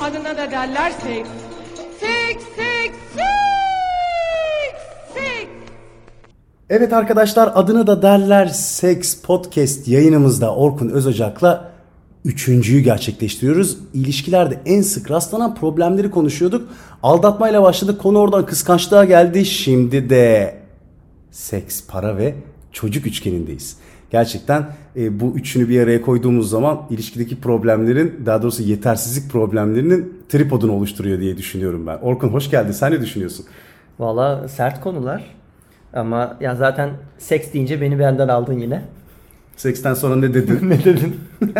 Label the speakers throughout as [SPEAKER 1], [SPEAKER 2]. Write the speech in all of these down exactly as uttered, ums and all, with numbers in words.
[SPEAKER 1] adına da derler seks. Seks, seks, seks, seks.
[SPEAKER 2] Evet arkadaşlar, adına da derler Seks Podcast yayınımızda Orkun Özocak'la üçüncüyü gerçekleştiriyoruz. İlişkilerde en sık rastlanan problemleri konuşuyorduk. Aldatmayla başladık, konu oradan kıskançlığa geldi. Şimdi de seks, para ve çocuk üçgenindeyiz. Gerçekten e, bu üçünü bir araya koyduğumuz zaman ilişkideki problemlerin, daha doğrusu yetersizlik problemlerinin tripodunu oluşturuyor diye düşünüyorum ben. Orkun hoş geldin. Sen ne düşünüyorsun?
[SPEAKER 3] Valla sert konular ama ya zaten seks deyince beni benden aldın yine.
[SPEAKER 2] Seksten sonra ne dedin?
[SPEAKER 3] Ne dedin?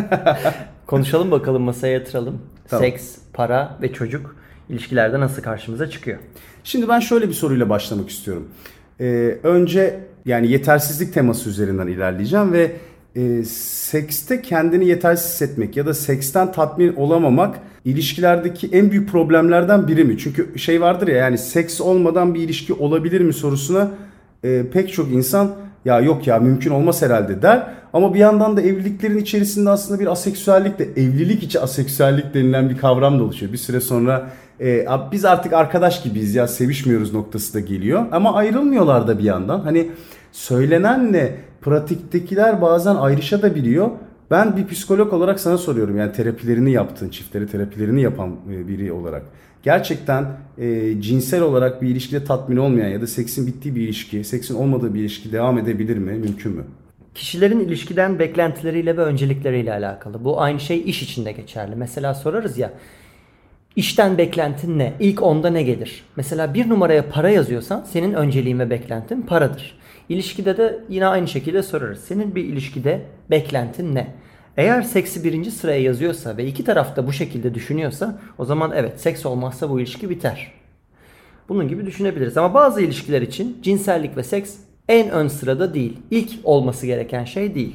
[SPEAKER 3] Konuşalım bakalım, masaya yatıralım.
[SPEAKER 2] Tamam.
[SPEAKER 3] Seks, para ve çocuk ilişkilerde nasıl karşımıza çıkıyor?
[SPEAKER 2] Şimdi ben şöyle bir soruyla başlamak istiyorum. Ee, önce yani yetersizlik teması üzerinden ilerleyeceğim ve e, sekste kendini yetersiz hissetmek ya da seksten tatmin olamamak ilişkilerdeki en büyük problemlerden biri mi? Çünkü şey vardır ya, yani seks olmadan bir ilişki olabilir mi sorusuna e, pek çok insan ya yok ya mümkün olmaz herhalde der. Ama bir yandan da evliliklerin içerisinde aslında bir aseksüellik de, evlilik içi aseksüellik denilen bir kavram da oluşuyor. Bir süre sonra e, biz artık arkadaş gibiyiz ya, sevişmiyoruz noktası da geliyor. Ama ayrılmıyorlar da bir yandan. Hani söylenenle pratiktekiler bazen ayrışabiliyor. Ben bir psikolog olarak sana soruyorum, yani terapilerini yaptığın, çiftleri terapilerini yapan biri olarak. Gerçekten e, cinsel olarak bir ilişkide tatmin olmayan ya da seksin bittiği bir ilişki, seksin olmadığı bir ilişki devam edebilir mi? Mümkün mü?
[SPEAKER 3] Kişilerin ilişkiden beklentileriyle ve öncelikleriyle alakalı. Bu aynı şey iş içinde geçerli. Mesela sorarız ya, işten beklentin ne? İlk onda ne gelir? Mesela bir numaraya para yazıyorsan senin önceliğin ve beklentin paradır. İlişkide de yine aynı şekilde sorarız. Senin bir ilişkide beklentin ne? Eğer seksi birinci sıraya yazıyorsa ve iki taraf da bu şekilde düşünüyorsa o zaman evet, seks olmazsa bu ilişki biter. Bunun gibi düşünebiliriz. Ama bazı ilişkiler için cinsellik ve seks en ön sırada değil. İlk olması gereken şey değil.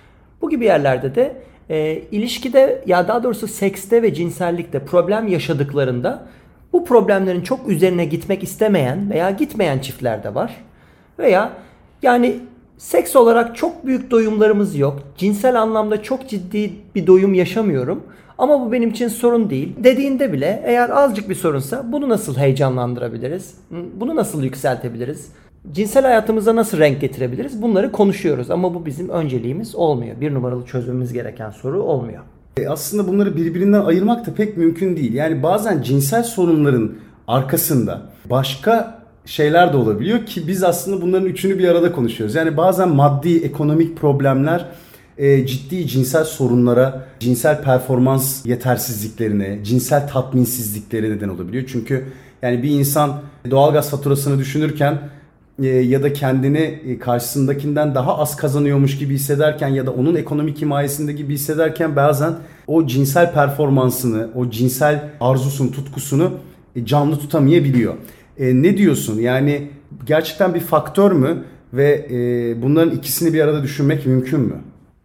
[SPEAKER 3] Bu gibi yerlerde de e, ilişkide, ya daha doğrusu sekste ve cinsellikte problem yaşadıklarında bu problemlerin çok üzerine gitmek istemeyen veya gitmeyen çiftler de var. Veya yani seks olarak çok büyük doyumlarımız yok. Cinsel anlamda çok ciddi bir doyum yaşamıyorum. Ama bu benim için sorun değil dediğinde bile, eğer azıcık bir sorunsa, bunu nasıl heyecanlandırabiliriz? Bunu nasıl yükseltebiliriz? Cinsel hayatımıza nasıl renk getirebiliriz? Bunları konuşuyoruz ama bu bizim önceliğimiz olmuyor. Bir numaralı çözmemiz gereken soru olmuyor.
[SPEAKER 2] E aslında bunları birbirinden ayırmak da pek mümkün değil. Yani bazen cinsel sorunların arkasında başka şeyler de olabiliyor ki biz aslında bunların üçünü bir arada konuşuyoruz. Yani bazen maddi, ekonomik problemler e, ciddi cinsel sorunlara, cinsel performans yetersizliklerine, cinsel tatminsizliklere neden olabiliyor. Çünkü yani bir insan doğalgaz faturasını düşünürken e, ya da kendini karşısındakinden daha az kazanıyormuş gibi hissederken ya da onun ekonomik himayesinde gibi hissederken bazen o cinsel performansını, o cinsel arzusunu, tutkusunu e, canlı tutamayabiliyor. E, ne diyorsun? Yani gerçekten bir faktör mü ve e, bunların ikisini bir arada düşünmek mümkün mü?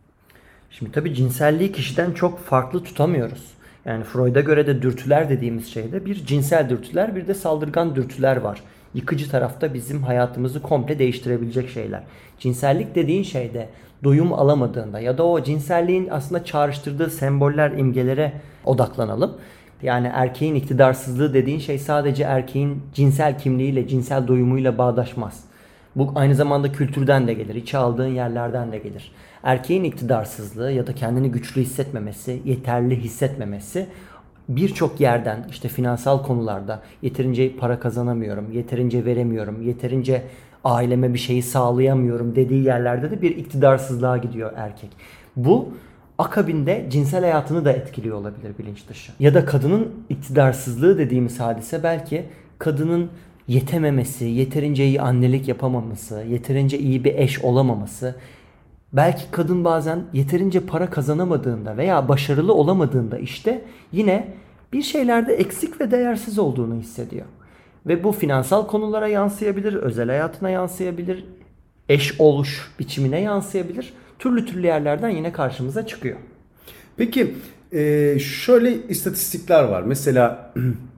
[SPEAKER 3] Şimdi tabii cinselliği kişiden çok farklı tutamıyoruz. Yani Freud'a göre de dürtüler dediğimiz şeyde bir cinsel dürtüler, bir de saldırgan dürtüler var. Yıkıcı tarafta bizim hayatımızı komple değiştirebilecek şeyler. Cinsellik dediğin şeyde doyum alamadığında ya da o cinselliğin aslında çağrıştırdığı semboller, imgelere odaklanalım. Yani erkeğin iktidarsızlığı dediğin şey sadece erkeğin cinsel kimliğiyle, cinsel doyumuyla bağdaşmaz. Bu aynı zamanda kültürden de gelir, içe aldığın yerlerden de gelir. Erkeğin iktidarsızlığı ya da kendini güçlü hissetmemesi, yeterli hissetmemesi birçok yerden, işte finansal konularda yeterince para kazanamıyorum, yeterince veremiyorum, yeterince aileme bir şeyi sağlayamıyorum dediği yerlerde de bir iktidarsızlığa gidiyor erkek. Bu akabinde cinsel hayatını da etkiliyor olabilir bilinç dışı. Ya da kadının iktidarsızlığı dediğimiz hadise belki kadının yetememesi, yeterince iyi annelik yapamaması, yeterince iyi bir eş olamaması. Belki kadın bazen yeterince para kazanamadığında veya başarılı olamadığında işte yine bir şeylerde eksik ve değersiz olduğunu hissediyor. Ve bu finansal konulara yansıyabilir, özel hayatına yansıyabilir, eş oluş biçimine yansıyabilir. Türlü türlü yerlerden yine karşımıza çıkıyor.
[SPEAKER 2] Peki şöyle istatistikler var. Mesela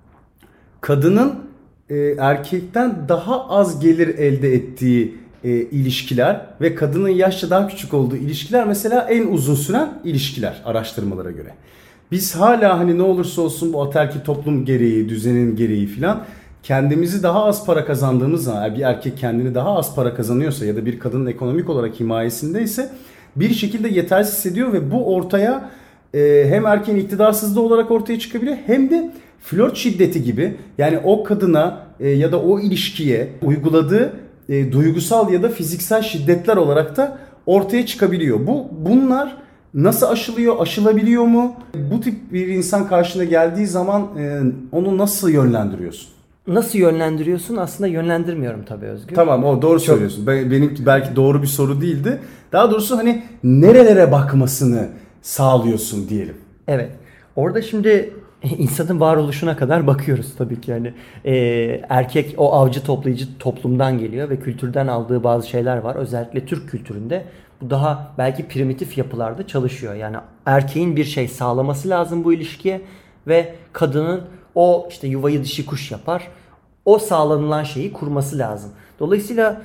[SPEAKER 2] kadının erkekten daha az gelir elde ettiği e, ilişkiler ve kadının yaşça daha küçük olduğu ilişkiler mesela en uzun süren ilişkiler araştırmalara göre. Biz hala hani ne olursa olsun bu ataerkil toplum gereği, düzenin gereği filan kendimizi daha az para kazandığımız zaman, bir erkek kendini daha az para kazanıyorsa ya da bir kadının ekonomik olarak himayesindeyse bir şekilde yetersiz hissediyor ve bu ortaya e, hem erkeğin iktidarsızlığı olarak ortaya çıkabiliyor hem de flört şiddeti gibi, yani o kadına e, ya da o ilişkiye uyguladığı e, duygusal ya da fiziksel şiddetler olarak da ortaya çıkabiliyor. Bu bunlar nasıl aşılıyor, aşılabiliyor mu? Bu tip bir insan karşına geldiği zaman e, onu nasıl yönlendiriyorsun?
[SPEAKER 3] Nasıl yönlendiriyorsun? Aslında yönlendirmiyorum tabii Özgür.
[SPEAKER 2] Tamam, o doğru söylüyorsun. Ben, benim belki doğru bir soru değildi. Daha doğrusu hani nerelere bakmasını sağlıyorsun diyelim.
[SPEAKER 3] Evet. Orada şimdi insanın varoluşuna kadar bakıyoruz tabii ki. Yani e, erkek o avcı toplayıcı toplumdan geliyor ve kültürden aldığı bazı şeyler var. Özellikle Türk kültüründe bu daha belki primitif yapılarda çalışıyor. Yani erkeğin bir şey sağlaması lazım bu ilişkiye ve kadının o işte yuvayı dişi kuş yapar. O sağlanılan şeyi kurması lazım. Dolayısıyla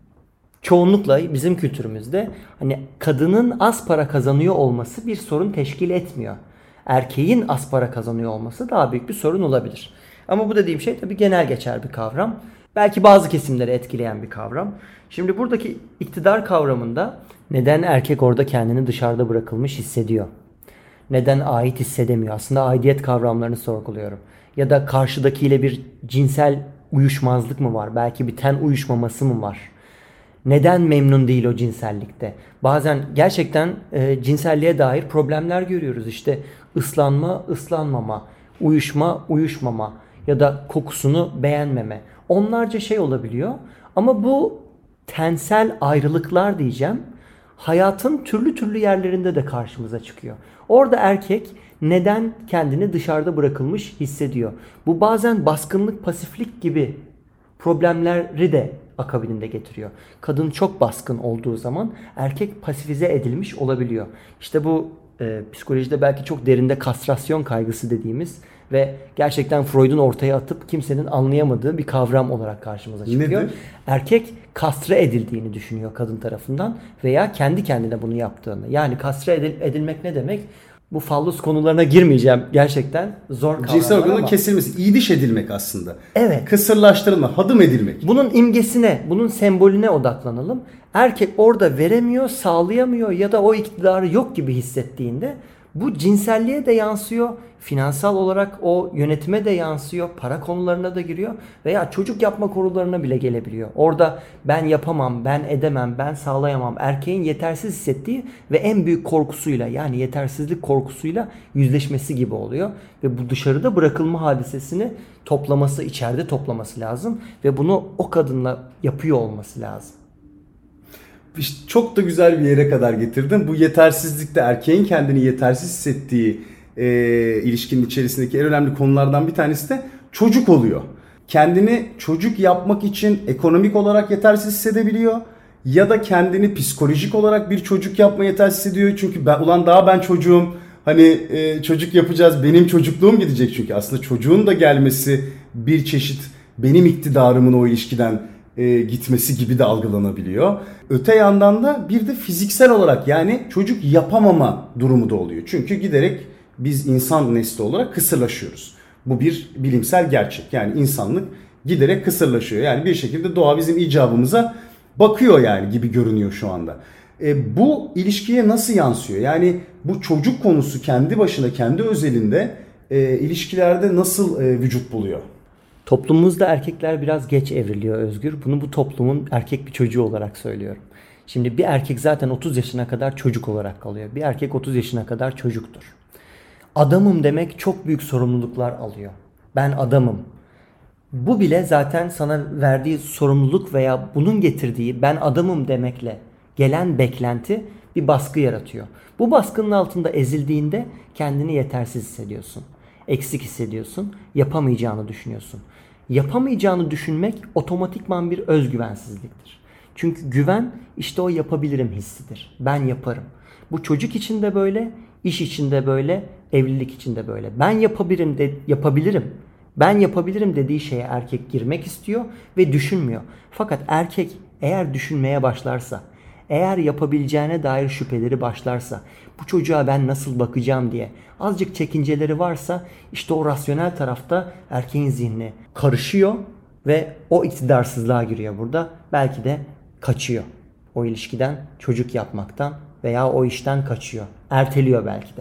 [SPEAKER 3] çoğunlukla bizim kültürümüzde hani kadının az para kazanıyor olması bir sorun teşkil etmiyor. Erkeğin az para kazanıyor olması daha büyük bir sorun olabilir. Ama bu dediğim şey tabii genel geçer bir kavram. Belki bazı kesimleri etkileyen bir kavram. Şimdi buradaki iktidar kavramında neden erkek orada kendini dışarıda bırakılmış hissediyor? Neden ait hissedemiyor? Aslında aidiyet kavramlarını sorguluyorum. Ya da karşıdakiyle bir cinsel uyuşmazlık mı var? Belki bir ten uyuşmaması mı var? Neden memnun değil o cinsellikte? Bazen gerçekten e, cinselliğe dair problemler görüyoruz. İşte ıslanma, ıslanmama, uyuşma, uyuşmama ya da kokusunu beğenmeme. Onlarca şey olabiliyor. Ama bu tensel ayrılıklar diyeceğim. Hayatın türlü türlü yerlerinde de karşımıza çıkıyor. Orada erkek neden kendini dışarıda bırakılmış hissediyor? Bu bazen baskınlık, pasiflik gibi problemleri de akabininde getiriyor. Kadın çok baskın olduğu zaman erkek pasifize edilmiş olabiliyor. İşte bu e, psikolojide belki çok derinde kastrasyon kaygısı dediğimiz ve gerçekten Freud'un ortaya atıp kimsenin anlayamadığı bir kavram olarak karşımıza çıkıyor.
[SPEAKER 2] Nedir?
[SPEAKER 3] Erkek kastre edildiğini düşünüyor kadın tarafından veya kendi kendine bunu yaptığını. Yani kastre edil- edilmek ne demek? Bu fallus konularına girmeyeceğim. Gerçekten zor kavramlar
[SPEAKER 2] Cinsel organın
[SPEAKER 3] ama.
[SPEAKER 2] kesilmesi, iyiliş edilmek aslında.
[SPEAKER 3] Evet.
[SPEAKER 2] Kısırlaştırılma, hadım edilmek.
[SPEAKER 3] Bunun imgesine, bunun sembolüne odaklanalım. Erkek orada veremiyor, sağlayamıyor ya da o iktidarı yok gibi hissettiğinde bu cinselliğe de yansıyor. Finansal olarak o yönetime de yansıyor. Para konularına da giriyor. Veya çocuk yapma konularına bile gelebiliyor. Orada ben yapamam, ben edemem, ben sağlayamam. Erkeğin yetersiz hissettiği ve en büyük korkusuyla, yani yetersizlik korkusuyla yüzleşmesi gibi oluyor. Ve bu dışarıda bırakılma hadisesini toplaması, içeride toplaması lazım. Ve bunu o kadınla yapıyor olması lazım.
[SPEAKER 2] İşte çok da güzel bir yere kadar getirdin. Bu yetersizlikte erkeğin kendini yetersiz hissettiği e, ilişkinin içerisindeki en önemli konulardan bir tanesi de çocuk oluyor. Kendini çocuk yapmak için ekonomik olarak yetersiz hissedebiliyor. Ya da kendini psikolojik olarak bir çocuk yapma yetersiz hissediyor. Çünkü ben, ulan daha ben çocuğum, hani e, çocuk yapacağız, benim çocukluğum gidecek. Çünkü aslında çocuğun da gelmesi bir çeşit benim iktidarımın o ilişkiden e, gitmesi gibi de algılanabiliyor. Öte yandan da bir de fiziksel olarak, yani çocuk yapamama durumu da oluyor. Çünkü giderek biz insan nesli olarak kısırlaşıyoruz. Bu bir bilimsel gerçek. Yani insanlık giderek kısırlaşıyor. Yani bir şekilde doğa bizim icabımıza bakıyor yani gibi görünüyor şu anda. E, bu ilişkiye nasıl yansıyor? Yani bu çocuk konusu kendi başına, kendi özelinde e, ilişkilerde nasıl e, vücut buluyor?
[SPEAKER 3] Toplumumuzda erkekler biraz geç evriliyor Özgür. Bunu bu toplumun erkek bir çocuğu olarak söylüyorum. Şimdi bir erkek zaten otuz yaşına kadar çocuk olarak kalıyor. Bir erkek otuz yaşına kadar çocuktur. Adamım demek çok büyük sorumluluklar alıyor. Ben adamım. Bu bile zaten sana verdiği sorumluluk veya bunun getirdiği ben adamım demekle gelen beklenti bir baskı yaratıyor. Bu baskının altında ezildiğinde kendini yetersiz hissediyorsun. Eksik hissediyorsun. Yapamayacağını düşünüyorsun. Yapamayacağını düşünmek otomatikman bir özgüvensizliktir. Çünkü güven işte o yapabilirim hissidir. Ben yaparım. Bu çocuk için de böyle, iş için de böyle, evlilik için de böyle. Ben yapabilirim de yapabilirim. Ben yapabilirim dediği şeye erkek girmek istiyor ve düşünmüyor. Fakat erkek eğer düşünmeye başlarsa, eğer yapabileceğine dair şüpheleri başlarsa, bu bu çocuğa ben nasıl bakacağım diye azıcık çekinceleri varsa işte o rasyonel tarafta erkeğin zihni karışıyor ve o iktidarsızlığa giriyor burada. Belki de kaçıyor o ilişkiden, çocuk yapmaktan veya o işten kaçıyor. Erteliyor belki de.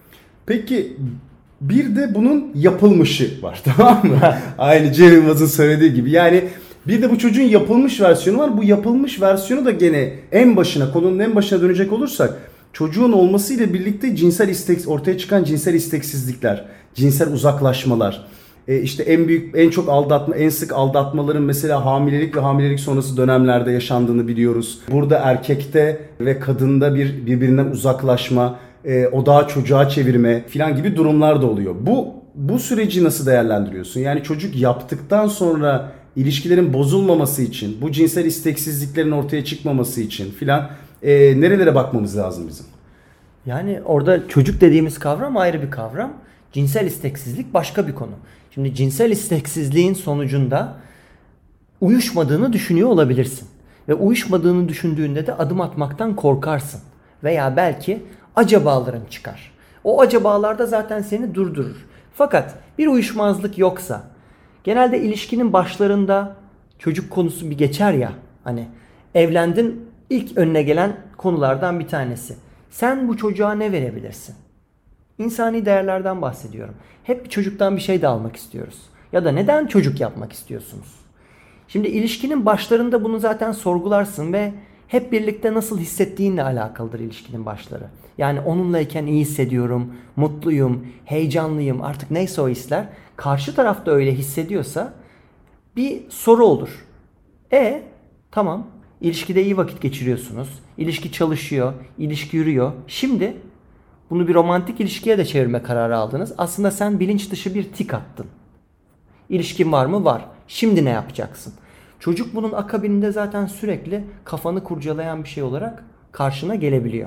[SPEAKER 2] Peki bir de bunun yapılmışı var, tamam mı? Aynı Cem Yılmaz'ın söylediği gibi. Yani bir de bu çocuğun yapılmış versiyonu var. Bu yapılmış versiyonu da gene en başına, konunun en başına dönecek olursak çocuğun olmasıyla birlikte cinsel istek, ortaya çıkan cinsel isteksizlikler, cinsel uzaklaşmalar, e işte en büyük, en çok aldatma, en sık aldatmaların mesela hamilelik ve hamilelik sonrası dönemlerde yaşandığını biliyoruz. Burada erkekte ve kadında bir birbirinden uzaklaşma, e, odağı çocuğa çevirme filan gibi durumlar da oluyor. Bu bu süreci nasıl değerlendiriyorsun? Yani çocuk yaptıktan sonra ilişkilerin bozulmaması için, bu cinsel isteksizliklerin ortaya çıkmaması için filan e, nerelere bakmamız lazım bizim?
[SPEAKER 3] Yani orada çocuk dediğimiz kavram ayrı bir kavram. Cinsel isteksizlik başka bir konu. Şimdi cinsel isteksizliğin sonucunda uyuşmadığını düşünüyor olabilirsin. Ve uyuşmadığını düşündüğünde de adım atmaktan korkarsın. Veya belki acabaların çıkar. O acabalarda zaten seni durdurur. Fakat bir uyuşmazlık yoksa, genelde ilişkinin başlarında çocuk konusu bir geçer ya, hani evlendin, ilk önüne gelen konulardan bir tanesi. Sen bu çocuğa ne verebilirsin? İnsani değerlerden bahsediyorum. Hep bir çocuktan bir şey de almak istiyoruz. Ya da neden çocuk yapmak istiyorsunuz? Şimdi ilişkinin başlarında bunu zaten sorgularsın ve hep birlikte nasıl hissettiğinle alakalıdır ilişkinin başları. Yani onunlayken iyi hissediyorum, mutluyum, heyecanlıyım, artık neyse o hisler. Karşı tarafta öyle hissediyorsa bir soru olur. E tamam, ilişkide iyi vakit geçiriyorsunuz, ilişki çalışıyor, ilişki yürüyor. Şimdi bunu bir romantik ilişkiye de çevirme kararı aldınız. Aslında sen bilinç dışı bir tik attın. İlişkin var mı? Var. Şimdi ne yapacaksın? Çocuk bunun akabininde zaten sürekli kafanı kurcalayan bir şey olarak karşına gelebiliyor.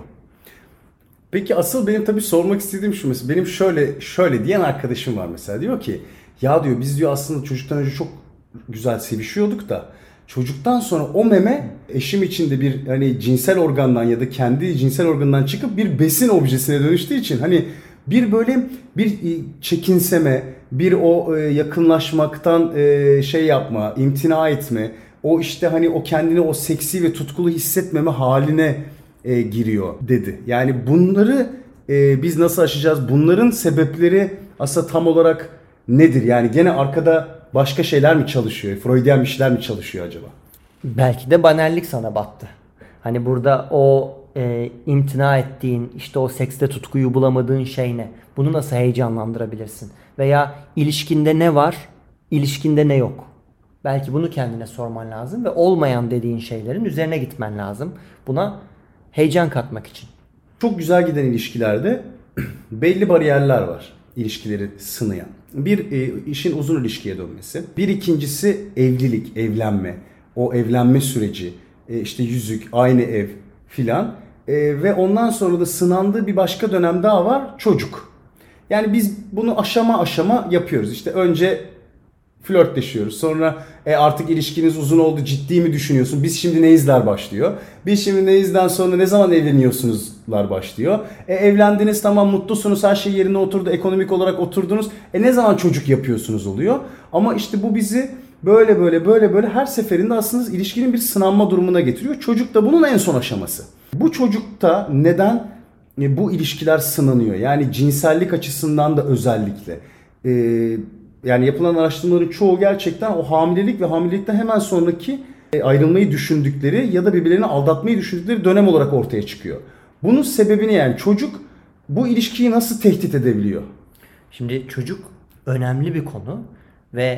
[SPEAKER 2] Peki asıl benim tabii sormak istediğim şu, mesela benim şöyle şöyle diyen arkadaşım var mesela, diyor ki ya diyor biz diyor aslında çocuktan önce çok güzel sevişiyorduk da çocuktan sonra o meme eşim için de bir hani cinsel organdan ya da kendi cinsel organından çıkıp bir besin objesine dönüştüğü için hani bir böyle bir çekinseme, bir o yakınlaşmaktan şey yapma, imtina etme, o işte hani o kendini o seksi ve tutkulu hissetmeme haline e, giriyor dedi. Yani bunları e, biz nasıl aşacağız? Bunların sebepleri aslında tam olarak nedir? Yani gene arkada başka şeyler mi çalışıyor? Freudian bir şeyler mi çalışıyor acaba?
[SPEAKER 3] Belki de banallik sana battı. Hani burada o e, imtina ettiğin, işte o sekste tutkuyu bulamadığın şey ne? Bunu nasıl heyecanlandırabilirsin? Veya ilişkinde ne var, ilişkinde ne yok? Belki bunu kendine sorman lazım ve olmayan dediğin şeylerin üzerine gitmen lazım. Buna heyecan katmak için.
[SPEAKER 2] Çok güzel giden ilişkilerde belli bariyerler var ilişkileri sınayan. Bir, e, işin uzun ilişkiye dönmesi. Bir ikincisi evlilik, evlenme. O evlenme süreci, e, işte yüzük, aynı ev filan. E, ve ondan sonra da sınandığı bir başka dönem daha var, çocuk. Yani biz bunu aşama aşama yapıyoruz. İşte önce flörtleşiyoruz. Sonra e, artık ilişkiniz uzun oldu, ciddi mi düşünüyorsun? Biz şimdi neyizler başlıyor. Biz şimdi neyizden sonra ne zaman evleniyorsunuzlar başlıyor. E, evlendiniz, tamam, mutlusunuz, her şey yerine oturdu, ekonomik olarak oturdunuz. E ne zaman çocuk yapıyorsunuz oluyor. Ama işte bu bizi böyle böyle böyle böyle her seferinde aslında ilişkinin bir sınanma durumuna getiriyor. Çocuk da bunun en son aşaması. Bu çocukta neden e, bu ilişkiler sınanıyor? Yani cinsellik açısından da özellikle. Eee Yani yapılan araştırmaların çoğu gerçekten o hamilelik ve hamilelikten hemen sonraki ayrılmayı düşündükleri ya da birbirlerini aldatmayı düşündükleri dönem olarak ortaya çıkıyor. Bunun sebebini, yani çocuk bu ilişkiyi nasıl tehdit edebiliyor?
[SPEAKER 3] Şimdi çocuk önemli bir konu ve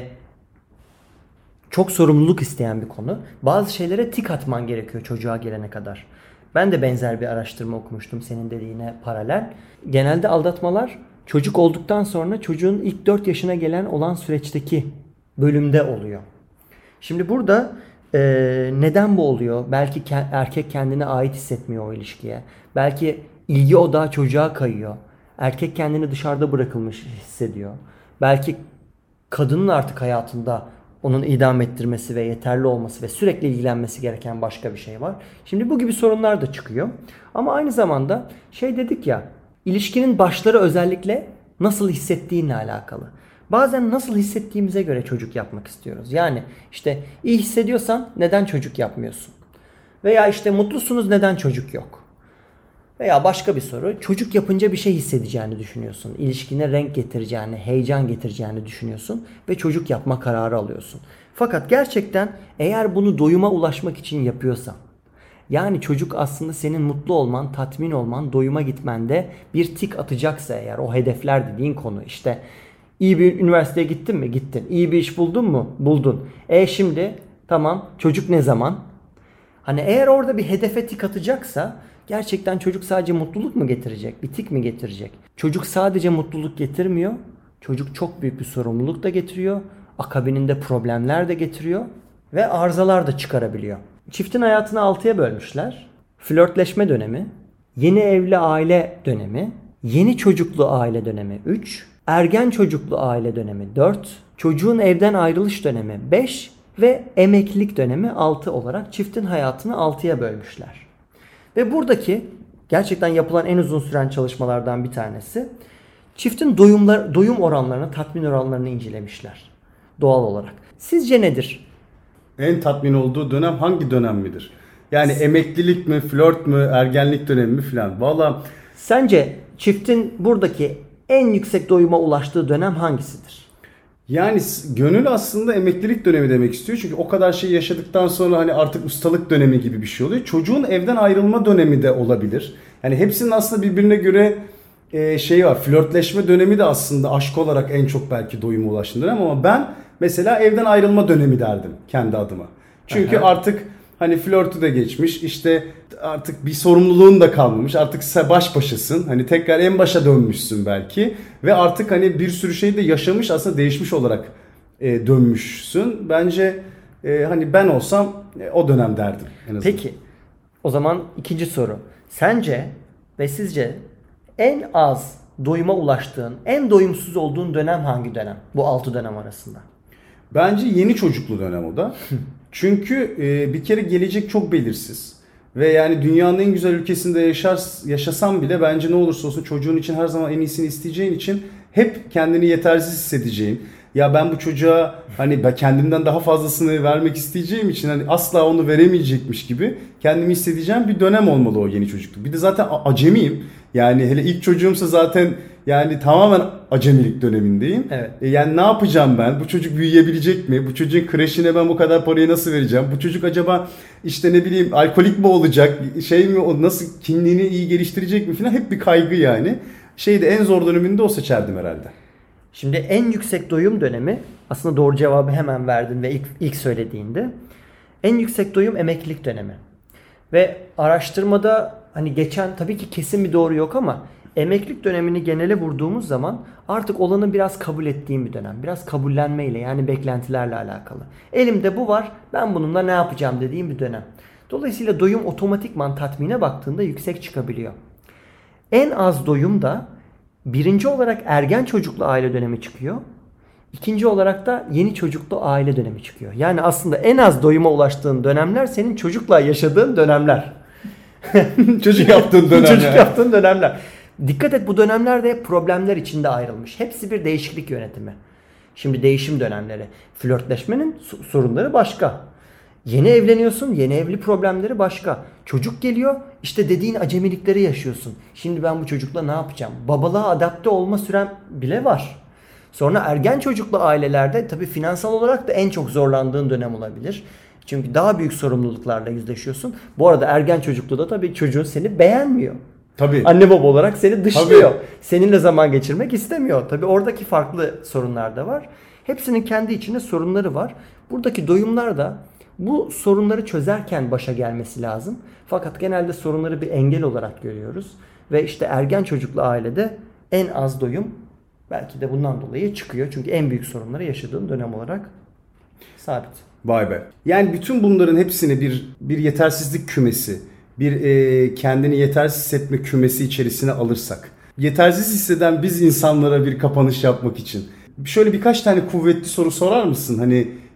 [SPEAKER 3] çok sorumluluk isteyen bir konu. Bazı şeylere tik atman gerekiyor çocuğa gelene kadar. Ben de benzer bir araştırma okumuştum senin dediğine paralel. Genelde aldatmalar çocuk olduktan sonra çocuğun ilk dört yaşına gelen olan süreçteki bölümde oluyor. Şimdi burada e, neden bu oluyor? Belki ke- erkek kendine ait hissetmiyor o ilişkiye. Belki ilgi odağı çocuğa kayıyor. Erkek kendini dışarıda bırakılmış hissediyor. Belki kadının artık hayatında onun idam ettirmesi ve yeterli olması ve sürekli ilgilenmesi gereken başka bir şey var. Şimdi bu gibi sorunlar da çıkıyor. Ama aynı zamanda şey dedik ya, ilişkinin başları özellikle nasıl hissettiğinle alakalı. Bazen nasıl hissettiğimize göre çocuk yapmak istiyoruz. Yani işte iyi hissediyorsan neden çocuk yapmıyorsun? Veya işte mutlusunuz, neden çocuk yok? Veya başka bir soru, çocuk yapınca bir şey hissedeceğini düşünüyorsun. İlişkine renk getireceğini, heyecan getireceğini düşünüyorsun ve çocuk yapma kararı alıyorsun. Fakat gerçekten eğer bunu doyuma ulaşmak için yapıyorsan, yani çocuk aslında senin mutlu olman, tatmin olman, doyuma gitmende bir tik atacaksa eğer, o hedefler dediğin konu işte iyi bir üniversiteye gittin mi? Gittin. İyi bir iş buldun mu? Buldun. E şimdi tamam, çocuk ne zaman? Hani eğer orada bir hedefe tik atacaksa gerçekten çocuk sadece mutluluk mu getirecek? Bir tik mi getirecek? Çocuk sadece mutluluk getirmiyor. Çocuk çok büyük bir sorumluluk da getiriyor. Akabininde problemler de getiriyor. Ve arızalar da çıkarabiliyor. Çiftin hayatını altıya bölmüşler. Flörtleşme dönemi, yeni evli aile dönemi, yeni çocuklu aile dönemi üç, ergen çocuklu aile dönemi dört, çocuğun evden ayrılış dönemi beş ve emeklilik dönemi altı olarak çiftin hayatını altıya bölmüşler. Ve buradaki gerçekten yapılan en uzun süren çalışmalardan bir tanesi, çiftin doyumlar, doyum oranlarını, tatmin oranlarını incelemişler doğal olarak. Sizce nedir?
[SPEAKER 2] En tatmin olduğu dönem hangi dönem midir? Yani emeklilik mi, flört mü, ergenlik dönemi mi filan? Valla
[SPEAKER 3] Sence çiftin buradaki en yüksek doyuma ulaştığı dönem hangisidir?
[SPEAKER 2] yani s- gönül aslında emeklilik dönemi demek istiyor. Çünkü o kadar şey yaşadıktan sonra hani artık ustalık dönemi gibi bir şey oluyor. Çocuğun evden ayrılma dönemi de olabilir. Yani hepsinin aslında birbirine göre e, şey var. Flörtleşme dönemi de aslında aşk olarak en çok belki doyuma ulaştığın dönem, ama ben mesela evden ayrılma dönemi derdim kendi adıma. Çünkü
[SPEAKER 3] Aha.
[SPEAKER 2] artık hani flörtü de geçmiş, işte artık bir sorumluluğun da kalmamış, artık sen baş başasın, hani tekrar en başa dönmüşsün belki ve artık hani bir sürü şey de yaşamış, aslında değişmiş olarak e, dönmüşsün. Bence e, hani ben olsam e, o dönem derdim en azından.
[SPEAKER 3] Peki, o zaman ikinci soru. Sence ve sizce en az doyuma ulaştığın, en doyumsuz olduğun dönem hangi dönem? Bu altı dönem arasında.
[SPEAKER 2] Bence yeni çocuklu dönem o da. Çünkü e, bir kere gelecek çok belirsiz. Ve yani dünyanın en güzel ülkesinde yaşar, yaşasan bile bence ne olursa olsun çocuğun için her zaman en iyisini isteyeceğin için hep kendini yetersiz hissedeceğin. Ya ben bu çocuğa hani ben kendimden daha fazlasını vermek isteyeceğim için hani asla onu veremeyecekmiş gibi kendimi hissedeceğim bir dönem olmalı o yeni çocukluk. Bir de zaten a- acemiyim. Yani hele ilk çocuğumsa zaten yani tamamen acemilik dönemindeyim.
[SPEAKER 3] Evet.
[SPEAKER 2] E yani ne yapacağım ben? Bu çocuk büyüyebilecek mi? Bu çocuğun kreşine ben bu kadar parayı nasıl vereceğim? Bu çocuk acaba işte ne bileyim alkolik mi olacak? Şey mi, o nasıl kimliğini iyi geliştirecek mi falan, hep bir kaygı yani. Şeyde en zor döneminde o seçerdim herhalde.
[SPEAKER 3] Şimdi en yüksek doyum dönemi, aslında doğru cevabı hemen verdin ve ilk, ilk söylediğinde. En yüksek doyum emeklilik dönemi. Ve araştırmada hani geçen, tabii ki kesin bir doğru yok ama emeklilik dönemini genele vurduğumuz zaman artık olanı biraz kabul ettiğim bir dönem. Biraz kabullenmeyle, yani beklentilerle alakalı. Elimde bu var, ben bununla ne yapacağım dediğim bir dönem. Dolayısıyla doyum otomatikman tatmine baktığında yüksek çıkabiliyor. En az doyum da birinci olarak ergen çocuklu aile dönemi çıkıyor. İkinci olarak da yeni çocuklu aile dönemi çıkıyor. Yani aslında en az doyuma ulaştığın dönemler senin çocukla yaşadığın dönemler.
[SPEAKER 2] Çocuk yaptığın dönem.
[SPEAKER 3] Çocuk
[SPEAKER 2] yani.
[SPEAKER 3] yaptığın dönemler. Dikkat et, bu dönemlerde hep problemler içinde ayrılmış. Hepsi bir değişiklik yönetimi. Şimdi değişim dönemleri. Flörtleşmenin su- sorunları başka. Yeni evleniyorsun, yeni evli problemleri başka. Çocuk geliyor, işte dediğin acemilikleri yaşıyorsun. Şimdi ben bu çocukla ne yapacağım? Babalığa adapte olma süren bile var. Sonra ergen çocuklu ailelerde tabii finansal olarak da en çok zorlandığın dönem olabilir. Çünkü daha büyük sorumluluklarla yüzleşiyorsun. Bu arada ergen çocuklu da tabii çocuğun seni beğenmiyor.
[SPEAKER 2] Tabii.
[SPEAKER 3] Anne baba olarak seni dışlıyor.
[SPEAKER 2] Tabii.
[SPEAKER 3] Seninle zaman geçirmek istemiyor. Tabii oradaki farklı sorunlar da var. Hepsinin kendi içinde sorunları var. Buradaki doyumlar da bu sorunları çözerken başa gelmesi lazım. Fakat genelde sorunları bir engel olarak görüyoruz. Ve işte ergen çocuklu ailede en az doyum belki de bundan dolayı çıkıyor. Çünkü en büyük sorunları yaşadığın dönem olarak sabit.
[SPEAKER 2] Vay be. Yani bütün bunların hepsini bir bir yetersizlik kümesi, bir e, kendini yetersiz hissetme kümesi içerisine alırsak, yetersiz hisseden biz insanlara bir kapanış yapmak için şöyle birkaç tane kuvvetli soru sorar mısın? Hani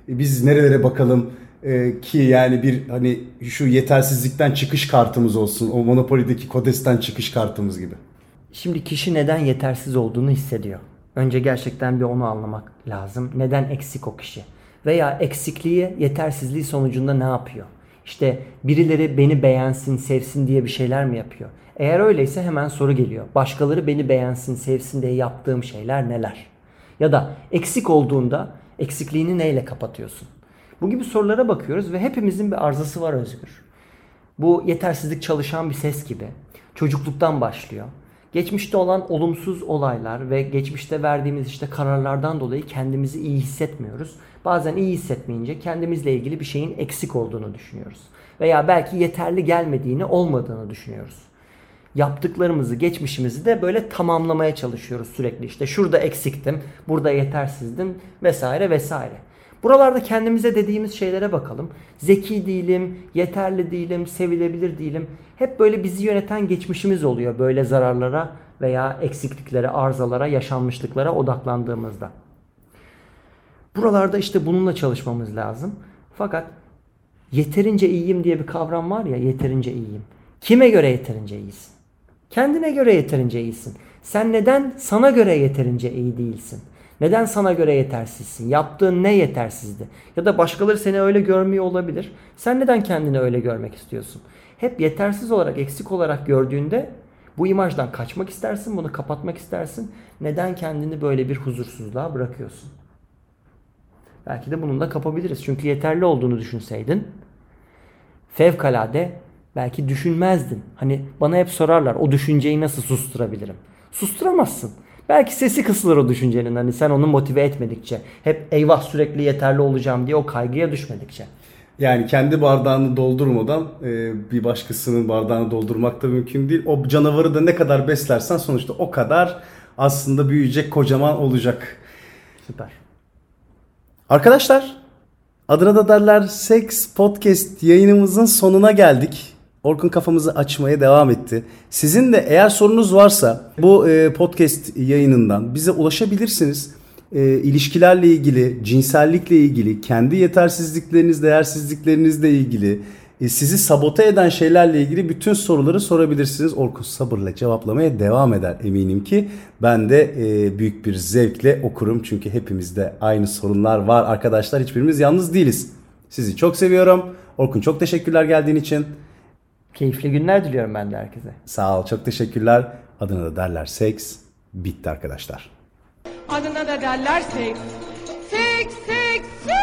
[SPEAKER 2] biz nerelere bakalım e, ki yani bir hani şu yetersizlikten çıkış kartımız olsun. O Monopoly'deki Kodes'ten çıkış kartımız gibi.
[SPEAKER 3] Şimdi kişi neden yetersiz olduğunu hissediyor. Önce gerçekten bir onu anlamak lazım. Neden eksik o kişi? Veya eksikliği, yetersizliği sonucunda ne yapıyor? İşte birileri beni beğensin, sevsin diye bir şeyler mi yapıyor? Eğer öyleyse hemen soru geliyor. Başkaları beni beğensin, sevsin diye yaptığım şeyler neler? Ya da eksik olduğunda eksikliğini neyle kapatıyorsun? Bu gibi sorulara bakıyoruz ve hepimizin bir arızası var Özgür. Bu yetersizlik çalışan bir ses gibi. Çocukluktan başlıyor. Geçmişte olan olumsuz olaylar ve geçmişte verdiğimiz işte kararlardan dolayı kendimizi iyi hissetmiyoruz. Bazen iyi hissetmeyince kendimizle ilgili bir şeyin eksik olduğunu düşünüyoruz. Veya belki yeterli gelmediğini, olmadığını düşünüyoruz. Yaptıklarımızı, geçmişimizi de böyle tamamlamaya çalışıyoruz sürekli. İşte şurada eksiktim, burada yetersizdim vesaire vesaire. Buralarda kendimize dediğimiz şeylere bakalım. Zeki değilim, yeterli değilim, sevilebilir değilim. Hep böyle bizi yöneten geçmişimiz oluyor böyle zararlara veya eksikliklere, arızalara, yaşanmışlıklara odaklandığımızda. Buralarda işte bununla çalışmamız lazım. Fakat yeterince iyiyim diye bir kavram var ya, yeterince iyiyim. Kime göre yeterince iyisin? Kendine göre yeterince iyisin. Sen neden sana göre yeterince iyi değilsin? Neden sana göre yetersizsin? Yaptığın ne yetersizdi? Ya da başkaları seni öyle görmüyor olabilir. Sen neden kendini öyle görmek istiyorsun? Hep yetersiz olarak, eksik olarak gördüğünde bu imajdan kaçmak istersin, bunu kapatmak istersin. Neden kendini böyle bir huzursuzluğa bırakıyorsun? Belki de bununla kapabiliriz. Çünkü yeterli olduğunu düşünseydin fevkalade belki düşünmezdin. Hani bana hep sorarlar, o düşünceyi nasıl susturabilirim? Susturamazsın. Belki sesi kısılır o düşüncenin, hani sen onu motive etmedikçe. Hep eyvah sürekli yeterli olacağım diye o kaygıya düşmedikçe.
[SPEAKER 2] Yani kendi bardağını doldurmadan e, bir başkasının bardağını doldurmak da mümkün değil. O canavarı da ne kadar beslersen sonuçta o kadar aslında büyüyecek, kocaman olacak.
[SPEAKER 3] Süper.
[SPEAKER 2] Arkadaşlar, adına da derler Seks Podcast yayınımızın sonuna geldik. Orkun kafamızı açmaya devam etti. Sizin de eğer sorunuz varsa bu e, podcast yayınından bize ulaşabilirsiniz. E, ilişkilerle ilgili, cinsellikle ilgili, kendi yetersizlikleriniz, değersizliklerinizle ilgili, e, sizi sabote eden şeylerle ilgili bütün soruları sorabilirsiniz. Orkun sabırla cevaplamaya devam eder eminim ki. Ben de e, büyük bir zevkle okurum. Çünkü hepimizde aynı sorunlar var arkadaşlar. Hiçbirimiz yalnız değiliz. Sizi çok seviyorum. Orkun çok teşekkürler geldiğin için.
[SPEAKER 3] Keyifli günler diliyorum ben de herkese.
[SPEAKER 2] Sağ ol, çok teşekkürler. Adına da derler seks. Bitti arkadaşlar.
[SPEAKER 1] Adına da derler seks. Seks, seks, seks.